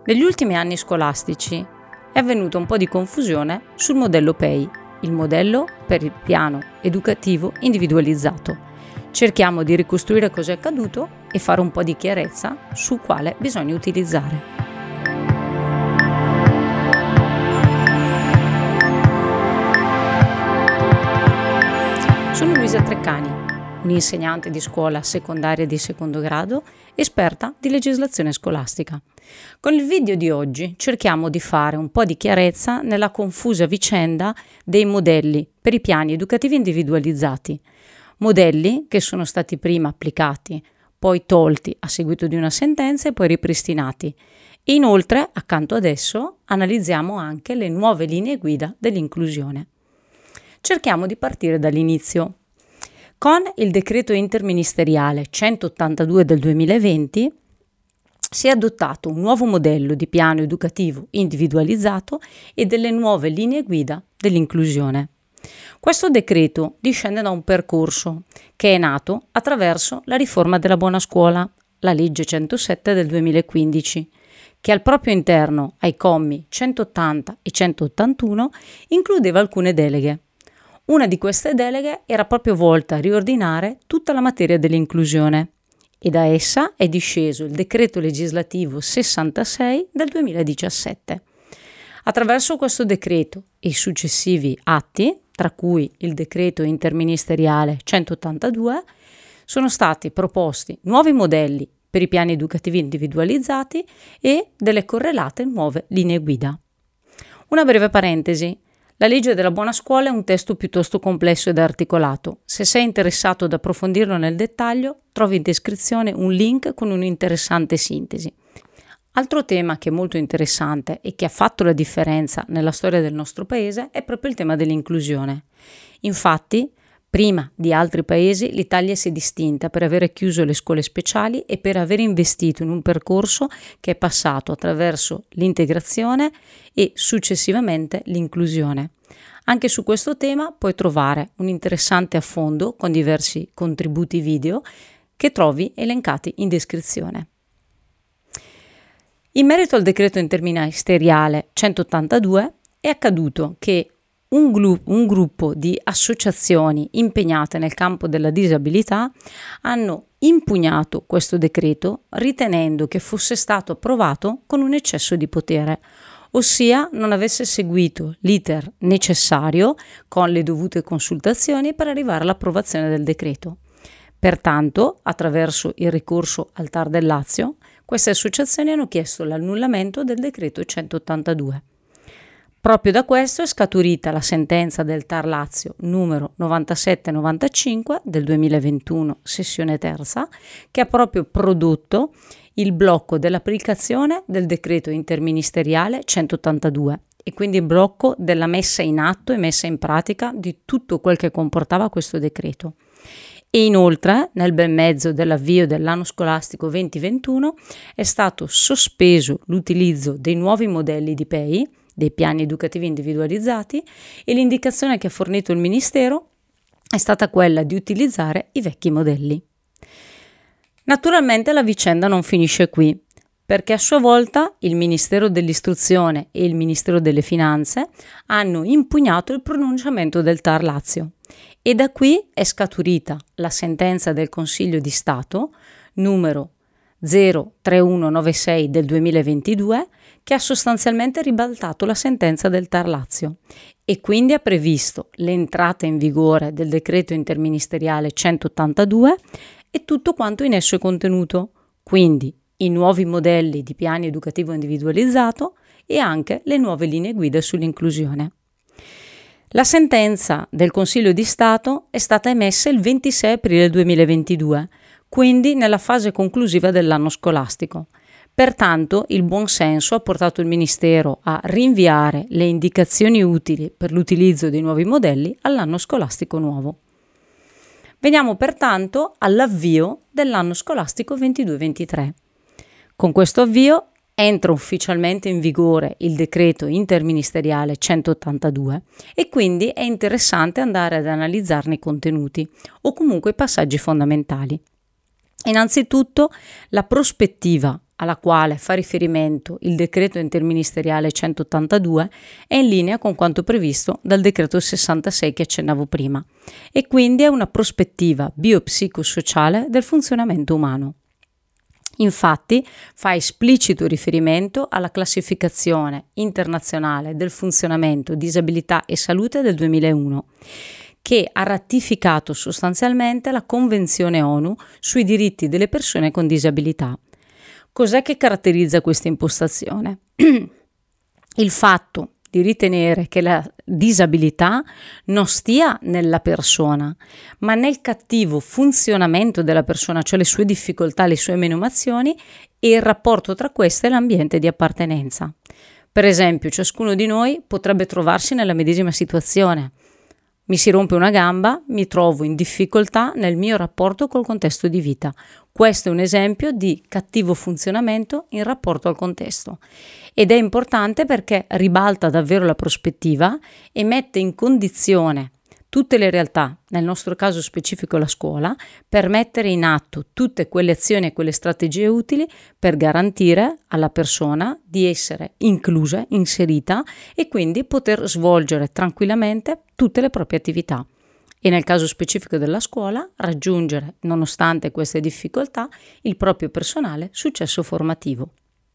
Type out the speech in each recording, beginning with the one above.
Negli ultimi anni scolastici è avvenuta un po' di confusione sul modello PEI, il modello per il piano educativo individualizzato. Cerchiamo di ricostruire cosa è accaduto e fare un po' di chiarezza su quale bisogna utilizzare. Sono Luisa Treccani, un'insegnante di scuola secondaria di secondo grado, esperta di legislazione scolastica. Con il video di oggi cerchiamo di fare un po' di chiarezza nella confusa vicenda dei modelli per i piani educativi individualizzati. Modelli che sono stati prima applicati, poi tolti a seguito di una sentenza e poi ripristinati. E inoltre, accanto ad esso, analizziamo anche le nuove linee guida dell'inclusione. Cerchiamo di partire dall'inizio. Con il decreto interministeriale 182 del 2020 si è adottato un nuovo modello di piano educativo individualizzato e delle nuove linee guida dell'inclusione. Questo decreto discende da un percorso che è nato attraverso la riforma della buona scuola, la legge 107 del 2015, che al proprio interno, ai commi 180 e 181, includeva alcune deleghe. Una di queste deleghe era proprio volta a riordinare tutta la materia dell'inclusione e da essa è disceso il decreto legislativo 66 del 2017. Attraverso questo decreto e i successivi atti, tra cui il decreto interministeriale 182, sono stati proposti nuovi modelli per i piani educativi individualizzati e delle correlate nuove linee guida. Una breve parentesi. La legge della buona scuola è un testo piuttosto complesso ed articolato. Se sei interessato ad approfondirlo nel dettaglio, trovi in descrizione un link con un'interessante sintesi. Altro tema che è molto interessante e che ha fatto la differenza nella storia del nostro paese è proprio il tema dell'inclusione. Infatti, prima di altri paesi, l'Italia si è distinta per aver chiuso le scuole speciali e per aver investito in un percorso che è passato attraverso l'integrazione e successivamente l'inclusione. Anche su questo tema puoi trovare un interessante affondo con diversi contributi video che trovi elencati in descrizione. In merito al decreto interministeriale 182 è accaduto che un gruppo di associazioni impegnate nel campo della disabilità hanno impugnato questo decreto ritenendo che fosse stato approvato con un eccesso di potere, ossia non avesse seguito l'iter necessario con le dovute consultazioni per arrivare all'approvazione del decreto. Pertanto, attraverso il ricorso al TAR del Lazio, queste associazioni hanno chiesto l'annullamento del decreto 182. Proprio da questo è scaturita la sentenza del TAR Lazio numero 9795 del 2021, sessione terza, che ha proprio prodotto il blocco dell'applicazione del decreto interministeriale 182 e quindi il blocco della messa in atto e messa in pratica di tutto quel che comportava questo decreto. E inoltre, nel bel mezzo dell'avvio dell'anno scolastico 2021, è stato sospeso l'utilizzo dei nuovi modelli di PEI, dei piani educativi individualizzati, e l'indicazione che ha fornito il Ministero è stata quella di utilizzare i vecchi modelli. Naturalmente la vicenda non finisce qui, perché a sua volta il Ministero dell'Istruzione e il Ministero delle Finanze hanno impugnato il pronunciamento del TAR Lazio e da qui è scaturita la sentenza del Consiglio di Stato numero 03196 del 2022 che ha sostanzialmente ribaltato la sentenza del TAR Lazio e quindi ha previsto l'entrata in vigore del decreto interministeriale 182 e tutto quanto in esso è contenuto, quindi i nuovi modelli di piani educativo individualizzato e anche le nuove linee guida sull'inclusione. La sentenza del Consiglio di Stato è stata emessa il 26 aprile 2022, quindi nella fase conclusiva dell'anno scolastico. Pertanto il buon senso ha portato il Ministero a rinviare le indicazioni utili per l'utilizzo dei nuovi modelli all'anno scolastico nuovo. Veniamo pertanto all'avvio dell'anno scolastico 22-23. Con questo avvio entra ufficialmente in vigore il decreto interministeriale 182 e quindi è interessante andare ad analizzarne i contenuti o comunque i passaggi fondamentali. Innanzitutto la prospettiva alla quale fa riferimento il decreto interministeriale 182 è in linea con quanto previsto dal decreto 66 che accennavo prima e quindi è una prospettiva biopsicosociale del funzionamento umano. Infatti fa esplicito riferimento alla classificazione internazionale del funzionamento, disabilità e salute del 2001, che ha ratificato sostanzialmente la Convenzione ONU sui diritti delle persone con disabilità. Cos'è che caratterizza questa impostazione? Il fatto di ritenere che la disabilità non stia nella persona, ma nel cattivo funzionamento della persona, cioè le sue difficoltà, le sue menomazioni e il rapporto tra queste e l'ambiente di appartenenza. Per esempio, ciascuno di noi potrebbe trovarsi nella medesima situazione. Mi si rompe una gamba, mi trovo in difficoltà nel mio rapporto col contesto di vita. Questo è un esempio di cattivo funzionamento in rapporto al contesto ed è importante perché ribalta davvero la prospettiva e mette in condizione tutte le realtà, nel nostro caso specifico la scuola, per mettere in atto tutte quelle azioni e quelle strategie utili per garantire alla persona di essere inclusa, inserita e quindi poter svolgere tranquillamente tutte le proprie attività. E nel caso specifico della scuola, raggiungere, nonostante queste difficoltà, il proprio personale successo formativo.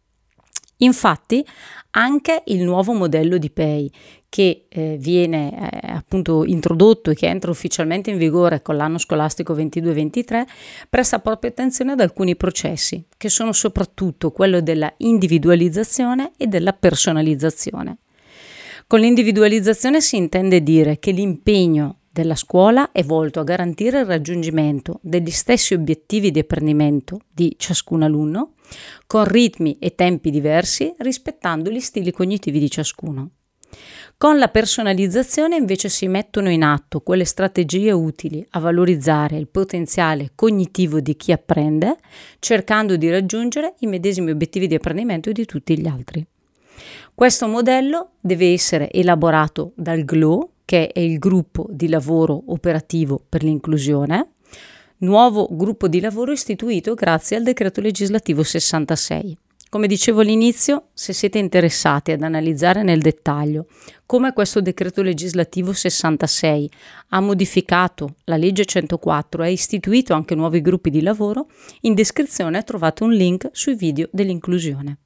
Infatti anche il nuovo modello di PEI che viene appunto introdotto e che entra ufficialmente in vigore con l'anno scolastico 22-23 presta proprio attenzione ad alcuni processi che sono soprattutto quello della individualizzazione e della personalizzazione. Con l'individualizzazione si intende dire che l'impegno della scuola è volto a garantire il raggiungimento degli stessi obiettivi di apprendimento di ciascun alunno, con ritmi e tempi diversi, rispettando gli stili cognitivi di ciascuno. Con la personalizzazione invece si mettono in atto quelle strategie utili a valorizzare il potenziale cognitivo di chi apprende, cercando di raggiungere i medesimi obiettivi di apprendimento di tutti gli altri. Questo modello deve essere elaborato dal GLO, che è il gruppo di lavoro operativo per l'inclusione, nuovo gruppo di lavoro istituito grazie al decreto legislativo 66. Come dicevo all'inizio, se siete interessati ad analizzare nel dettaglio come questo decreto legislativo 66 ha modificato la legge 104 e ha istituito anche nuovi gruppi di lavoro, in descrizione trovate un link sui video dell'inclusione.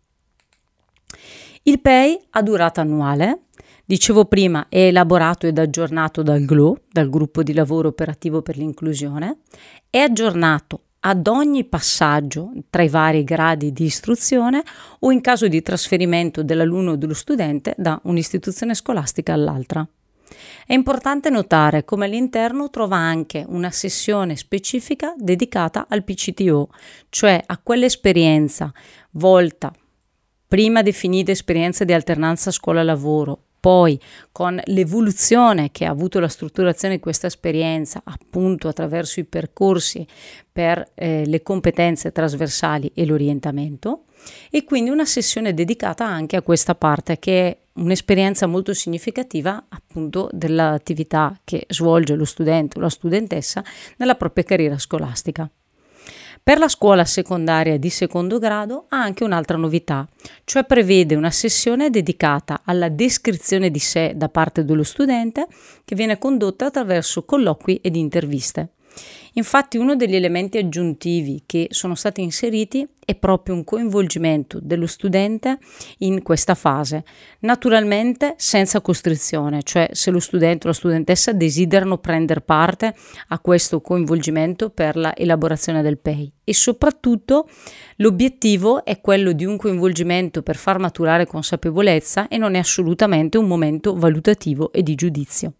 Il PEI ha durata annuale. Dicevo prima, è elaborato ed aggiornato dal GLO, dal gruppo di lavoro operativo per l'inclusione, è aggiornato ad ogni passaggio tra i vari gradi di istruzione o in caso di trasferimento dell'alunno o dello studente da un'istituzione scolastica all'altra. È importante notare come all'interno trova anche una sessione specifica dedicata al PCTO, cioè a quell'esperienza volta, prima definita esperienza di alternanza scuola-lavoro, poi con l'evoluzione che ha avuto la strutturazione di questa esperienza appunto attraverso i percorsi per le competenze trasversali e l'orientamento e quindi una sessione dedicata anche a questa parte che è un'esperienza molto significativa appunto dell'attività che svolge lo studente o la studentessa nella propria carriera scolastica. Per la scuola secondaria di secondo grado ha anche un'altra novità, cioè prevede una sessione dedicata alla descrizione di sé da parte dello studente che viene condotta attraverso colloqui ed interviste. Infatti uno degli elementi aggiuntivi che sono stati inseriti è proprio un coinvolgimento dello studente in questa fase, naturalmente senza costrizione, cioè se lo studente o la studentessa desiderano prendere parte a questo coinvolgimento per la elaborazione del PEI e soprattutto l'obiettivo è quello di un coinvolgimento per far maturare consapevolezza e non è assolutamente un momento valutativo e di giudizio.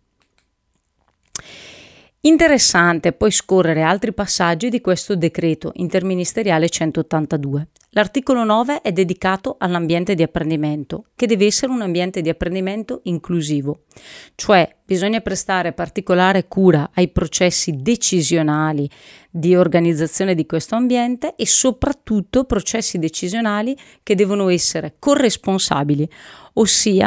Interessante poi scorrere altri passaggi di questo decreto interministeriale 182. L'articolo 9 è dedicato all'ambiente di apprendimento, che deve essere un ambiente di apprendimento inclusivo, cioè bisogna prestare particolare cura ai processi decisionali di organizzazione di questo ambiente e soprattutto processi decisionali che devono essere corresponsabili, ossia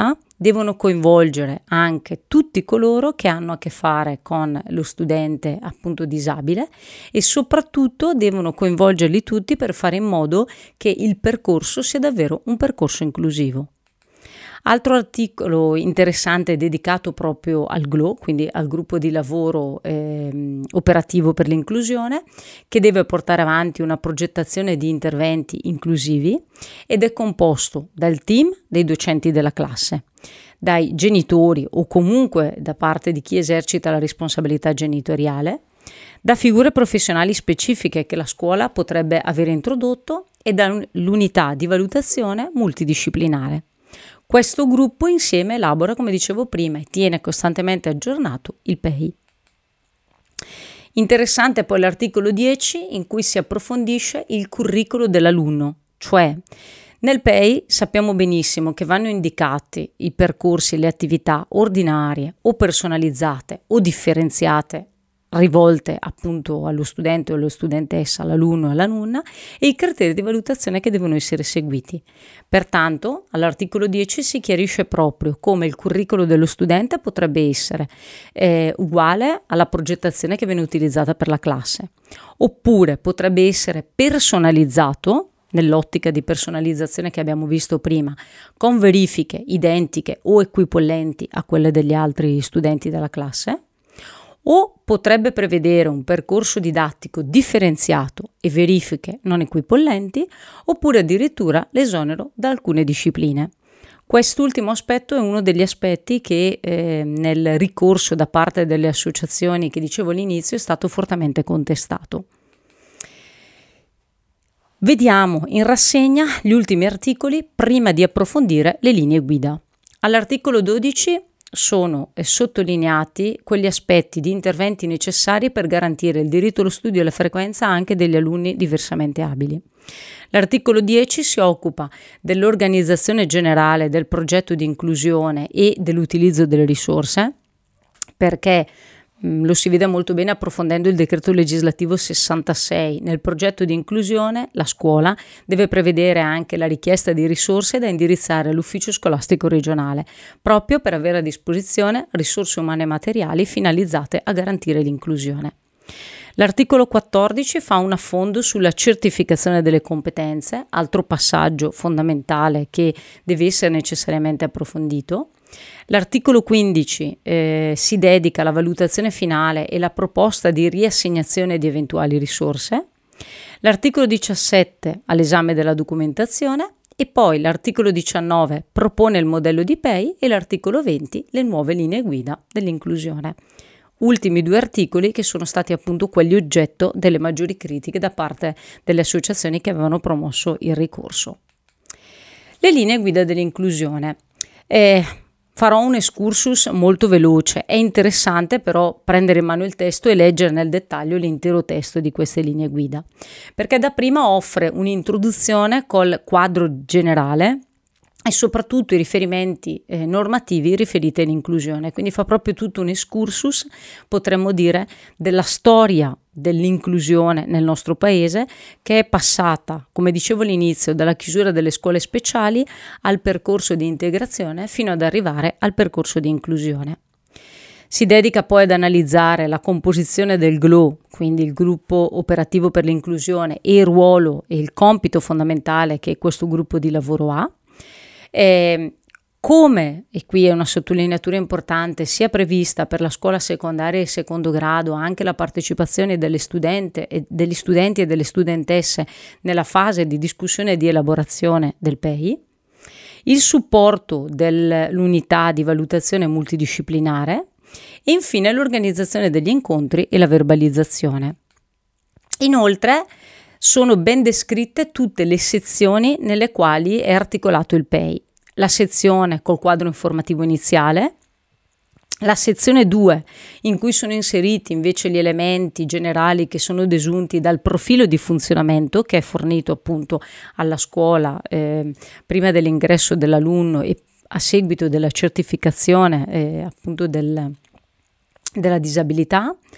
devono coinvolgere anche tutti coloro che hanno a che fare con lo studente appunto disabile e soprattutto devono coinvolgerli tutti per fare in modo che il percorso sia davvero un percorso inclusivo. Altro articolo interessante dedicato proprio al GLO, quindi al gruppo di lavoro operativo per l'inclusione, che deve portare avanti una progettazione di interventi inclusivi ed è composto dal team dei docenti della classe, dai genitori o comunque da parte di chi esercita la responsabilità genitoriale, da figure professionali specifiche che la scuola potrebbe avere introdotto e dall'unità di valutazione multidisciplinare. Questo gruppo insieme elabora, come dicevo prima, e tiene costantemente aggiornato il PEI. Interessante poi l'articolo 10 in cui si approfondisce il curriculum dell'alunno, cioè nel PEI sappiamo benissimo che vanno indicati i percorsi, le attività ordinarie o personalizzate o differenziate rivolte appunto allo studente o alla studentessa, all'alunno e alla nonna e i criteri di valutazione che devono essere seguiti. Pertanto, all'articolo 10 si chiarisce proprio come il curriculum dello studente potrebbe essere uguale alla progettazione che viene utilizzata per la classe, oppure potrebbe essere personalizzato nell'ottica di personalizzazione che abbiamo visto prima, con verifiche identiche o equipollenti a quelle degli altri studenti della classe, o potrebbe prevedere un percorso didattico differenziato e verifiche non equipollenti, oppure addirittura l'esonero da alcune discipline. Quest'ultimo aspetto è uno degli aspetti che nel ricorso da parte delle associazioni che dicevo all'inizio è stato fortemente contestato. Vediamo in rassegna gli ultimi articoli prima di approfondire le linee guida. All'articolo 12 sono sottolineati quegli aspetti di interventi necessari per garantire il diritto allo studio e alla frequenza anche degli alunni diversamente abili. L'articolo 10 si occupa dell'organizzazione generale del progetto di inclusione e dell'utilizzo delle risorse, perché lo si vede molto bene approfondendo il decreto legislativo 66. Nel progetto di inclusione la scuola deve prevedere anche la richiesta di risorse da indirizzare all'ufficio scolastico regionale, proprio per avere a disposizione risorse umane e materiali finalizzate a garantire l'inclusione. L'articolo 14 fa un affondo sulla certificazione delle competenze, altro passaggio fondamentale che deve essere necessariamente approfondito. L'articolo 15 si dedica alla valutazione finale e la proposta di riassegnazione di eventuali risorse. L'articolo 17 all'esame della documentazione e poi l'articolo 19 propone il modello di PEI e l'articolo 20 le nuove linee guida dell'inclusione. Ultimi due articoli che sono stati appunto quelli oggetto delle maggiori critiche da parte delle associazioni che avevano promosso il ricorso. Le linee guida dell'inclusione. Farò un excursus molto veloce, è interessante però prendere in mano il testo e leggere nel dettaglio l'intero testo di queste linee guida, perché dapprima offre un'introduzione col quadro generale e soprattutto i riferimenti normativi riferiti all'inclusione, quindi fa proprio tutto un excursus, potremmo dire, della storia dell'inclusione nel nostro paese, che è passata, come dicevo all'inizio, dalla chiusura delle scuole speciali al percorso di integrazione fino ad arrivare al percorso di inclusione. Si dedica poi ad analizzare la composizione del GLO, quindi il gruppo operativo per l'inclusione, e il ruolo e il compito fondamentale che questo gruppo di lavoro ha. Come, e qui è una sottolineatura importante, sia prevista per la scuola secondaria e secondo grado anche la partecipazione degli studenti e delle studentesse nella fase di discussione e di elaborazione del PEI, il supporto dell'unità di valutazione multidisciplinare e infine l'organizzazione degli incontri e la verbalizzazione. Inoltre sono ben descritte tutte le sezioni nelle quali è articolato il PEI. La sezione col quadro informativo iniziale, la sezione 2 in cui sono inseriti invece gli elementi generali che sono desunti dal profilo di funzionamento che è fornito appunto alla scuola prima dell'ingresso dell'alunno e a seguito della certificazione appunto della disabilità.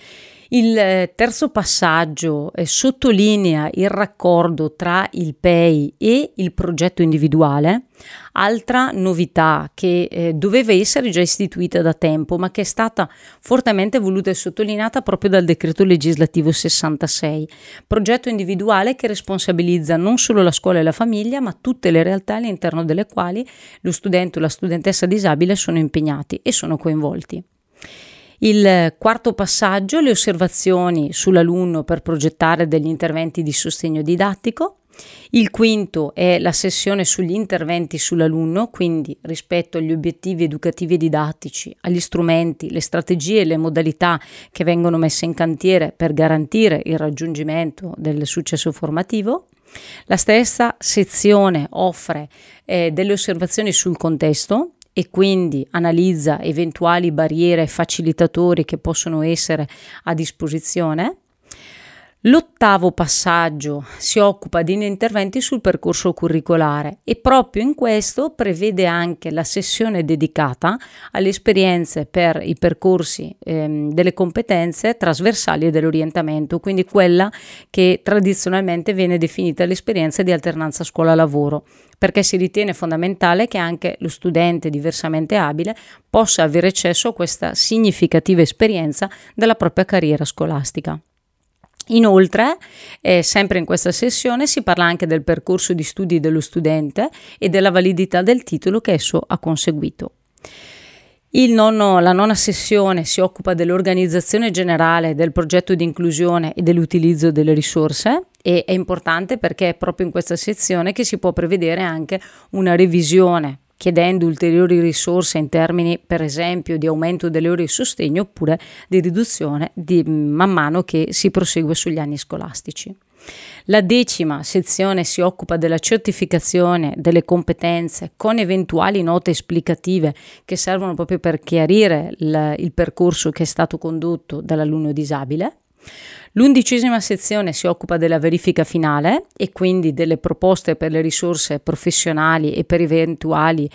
Il terzo passaggio sottolinea il raccordo tra il PEI e il progetto individuale, altra novità che doveva essere già istituita da tempo, ma che è stata fortemente voluta e sottolineata proprio dal decreto legislativo 66. Progetto individuale che responsabilizza non solo la scuola e la famiglia, ma tutte le realtà all'interno delle quali lo studente o la studentessa disabile sono impegnati e sono coinvolti. Il quarto passaggio, le osservazioni sull'alunno per progettare degli interventi di sostegno didattico. Il quinto è la sessione sugli interventi sull'alunno, quindi rispetto agli obiettivi educativi e didattici, agli strumenti, le strategie e le modalità che vengono messe in cantiere per garantire il raggiungimento del successo formativo. La stessa sezione offre delle osservazioni sul contesto e quindi analizza eventuali barriere e facilitatori che possono essere a disposizione. L'ottavo passaggio si occupa di interventi sul percorso curricolare e proprio in questo prevede anche la sessione dedicata alle esperienze per i percorsi delle competenze trasversali e dell'orientamento, quindi quella che tradizionalmente viene definita l'esperienza di alternanza scuola-lavoro, perché si ritiene fondamentale che anche lo studente diversamente abile possa avere accesso a questa significativa esperienza della propria carriera scolastica. Inoltre, sempre in questa sessione si parla anche del percorso di studi dello studente e della validità del titolo che esso ha conseguito. La nona sessione si occupa dell'organizzazione generale del progetto di inclusione e dell'utilizzo delle risorse e è importante perché è proprio in questa sezione che si può prevedere anche una revisione, chiedendo ulteriori risorse in termini per esempio di aumento delle ore di sostegno oppure di riduzione man mano che si prosegue sugli anni scolastici. La 10ª sezione si occupa della certificazione delle competenze con eventuali note esplicative che servono proprio per chiarire il percorso che è stato condotto dall'alunno disabile. L'11ª sezione si occupa della verifica finale e quindi delle proposte per le risorse professionali e per eventuali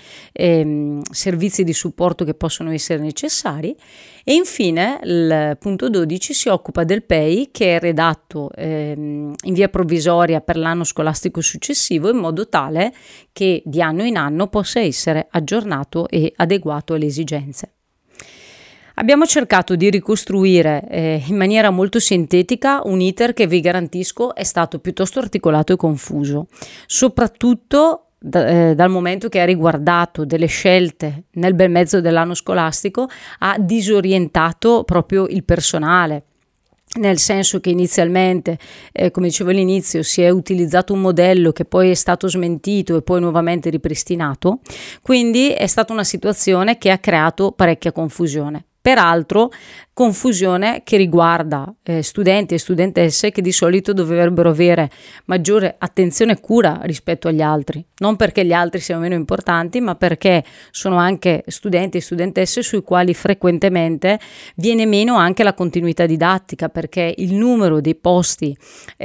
servizi di supporto che possono essere necessari. E infine il punto 12 si occupa del PEI che è redatto in via provvisoria per l'anno scolastico successivo in modo tale che di anno in anno possa essere aggiornato e adeguato alle esigenze. Abbiamo cercato di ricostruire in maniera molto sintetica un iter che vi garantisco è stato piuttosto articolato e confuso, soprattutto dal momento che ha riguardato delle scelte nel bel mezzo dell'anno scolastico, ha disorientato proprio il personale. Nel senso che inizialmente, come dicevo all'inizio, si è utilizzato un modello che poi è stato smentito e poi nuovamente ripristinato, quindi è stata una situazione che ha creato parecchia confusione. Peraltro confusione che riguarda studenti e studentesse che di solito dovrebbero avere maggiore attenzione e cura rispetto agli altri, non perché gli altri siano meno importanti, ma perché sono anche studenti e studentesse sui quali frequentemente viene meno anche la continuità didattica, perché il numero dei posti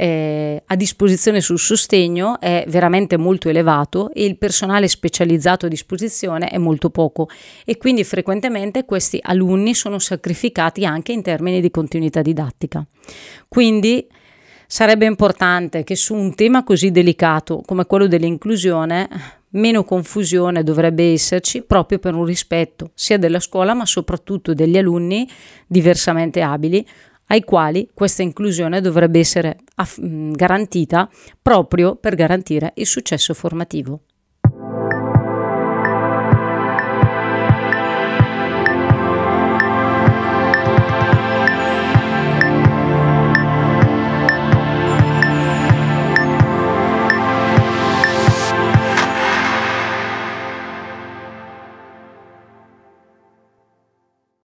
a disposizione sul sostegno è veramente molto elevato e il personale specializzato a disposizione è molto poco e quindi frequentemente questi alunni sono sacrificati anche in termini di continuità didattica. Quindi sarebbe importante che su un tema così delicato come quello dell'inclusione meno confusione dovrebbe esserci proprio per un rispetto sia della scuola ma soprattutto degli alunni diversamente abili ai quali questa inclusione dovrebbe essere garantita proprio per garantire il successo formativo.